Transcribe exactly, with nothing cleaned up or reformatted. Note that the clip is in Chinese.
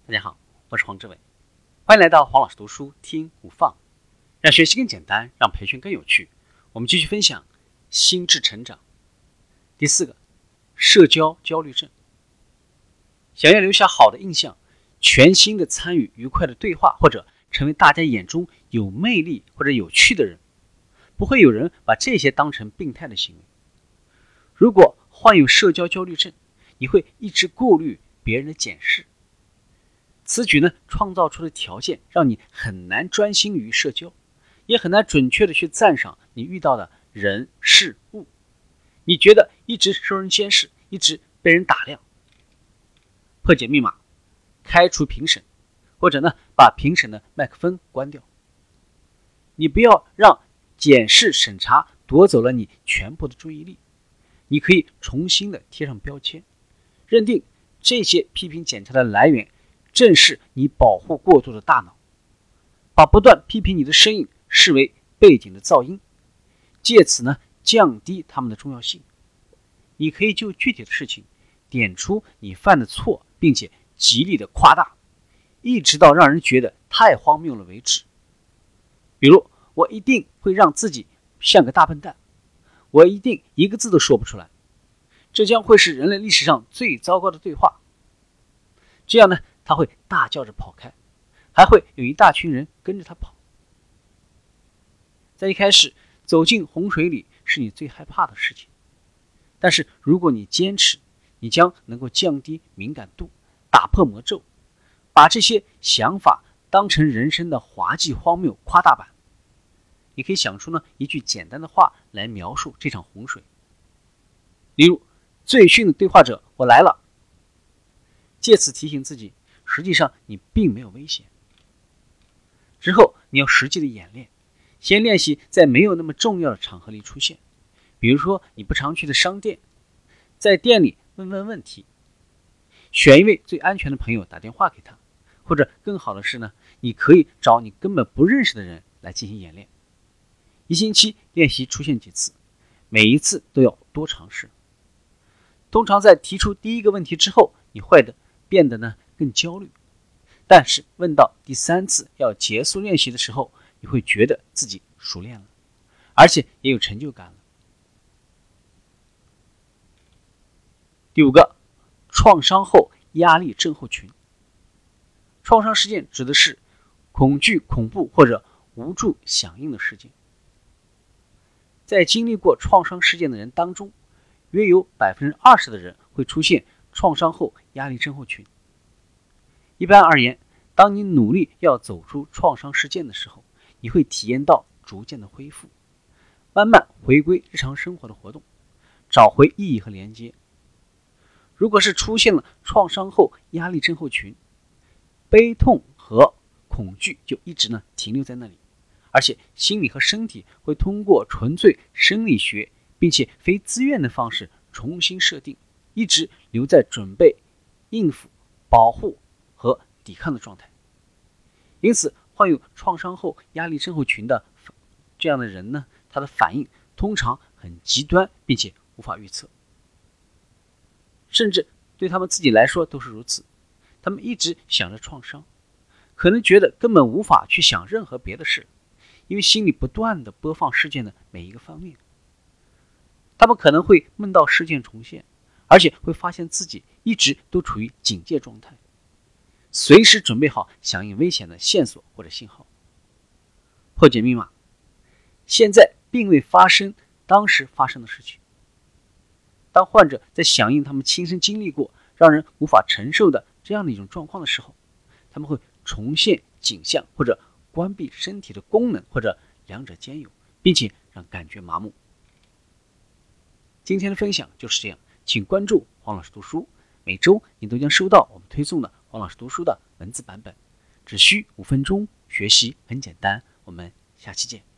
大家好，我是黄志伟，欢迎来到黄老师读书听无放，让学习更简单，让培训更有趣。我们继续分享心智成长。第四个，社交焦虑症。想要留下好的印象，全心的参与愉快的对话，或者成为大家眼中有魅力或者有趣的人，不会有人把这些当成病态的行为。如果患有社交焦虑症，你会一直顾虑别人的检视。此举呢，创造出的条件让你很难专心于社交，也很难准确的去赞赏你遇到的人事物。你觉得一直受人监视，一直被人打量。破解密码，开除评审，或者呢，把评审的麦克风关掉。你不要让检视审查夺走了你全部的注意力。你可以重新的贴上标签，认定这些批评检查的来源正是你保护过度的大脑，把不断批评你的声音视为背景的噪音，借此呢降低他们的重要性。你可以就具体的事情点出你犯的错，并且极力的夸大，一直到让人觉得太荒谬了为止。比如，我一定会让自己像个大笨蛋，我一定一个字都说不出来，这将会是人类历史上最糟糕的对话。这样呢，他会大叫着跑开，还会有一大群人跟着他跑。在一开始，走进洪水里是你最害怕的事情，但是如果你坚持，你将能够降低敏感度，打破魔咒，把这些想法当成人生的滑稽荒谬夸大版。你可以想出呢一句简单的话来描述这场洪水，例如，最逊的对话者，我来了。借此提醒自己，实际上你并没有危险。之后你要实际的演练，先练习在没有那么重要的场合里出现，比如说你不常去的商店，在店里问问问题，选一位最安全的朋友打电话给他，或者更好的是呢，你可以找你根本不认识的人来进行演练。一星期练习出现几次，每一次都要多尝试。通常在提出第一个问题之后，你会的变得呢更焦虑，但是问到第三次要结束练习的时候，你会觉得自己熟练了，而且也有成就感了。第五个，创伤后压力症候群。创伤事件指的是恐惧、恐怖或者无助响应的事件。在经历过创伤事件的人当中，约有 百分之二十 的人会出现创伤后压力症候群。一般而言，当你努力要走出创伤事件的时候，你会体验到逐渐的恢复，慢慢回归日常生活的活动，找回意义和连接。如果是出现了创伤后压力症候群，悲痛和恐惧就一直呢停留在那里，而且心理和身体会通过纯粹生理学并且非自愿的方式重新设定，一直留在准备、应付、保护和抵抗的状态。因此，患有创伤后压力症候群的这样的人呢，他的反应通常很极端，并且无法预测，甚至对他们自己来说都是如此。他们一直想着创伤，可能觉得根本无法去想任何别的事，因为心里不断的播放事件的每一个方面。他们可能会梦到事件重现，而且会发现自己一直都处于警戒状态，随时准备好响应危险的线索或者信号。破解密码，现在并未发生当时发生的事情。当患者在响应他们亲身经历过让人无法承受的这样的一种状况的时候，他们会重现景象，或者关闭身体的功能，或者两者兼有，并且让感觉麻木。今天的分享就是这样，请关注黄老师读书，每周你都将收到我们推送的黄老师读书的文字版本，只需五分钟，学习很简单。我们下期见。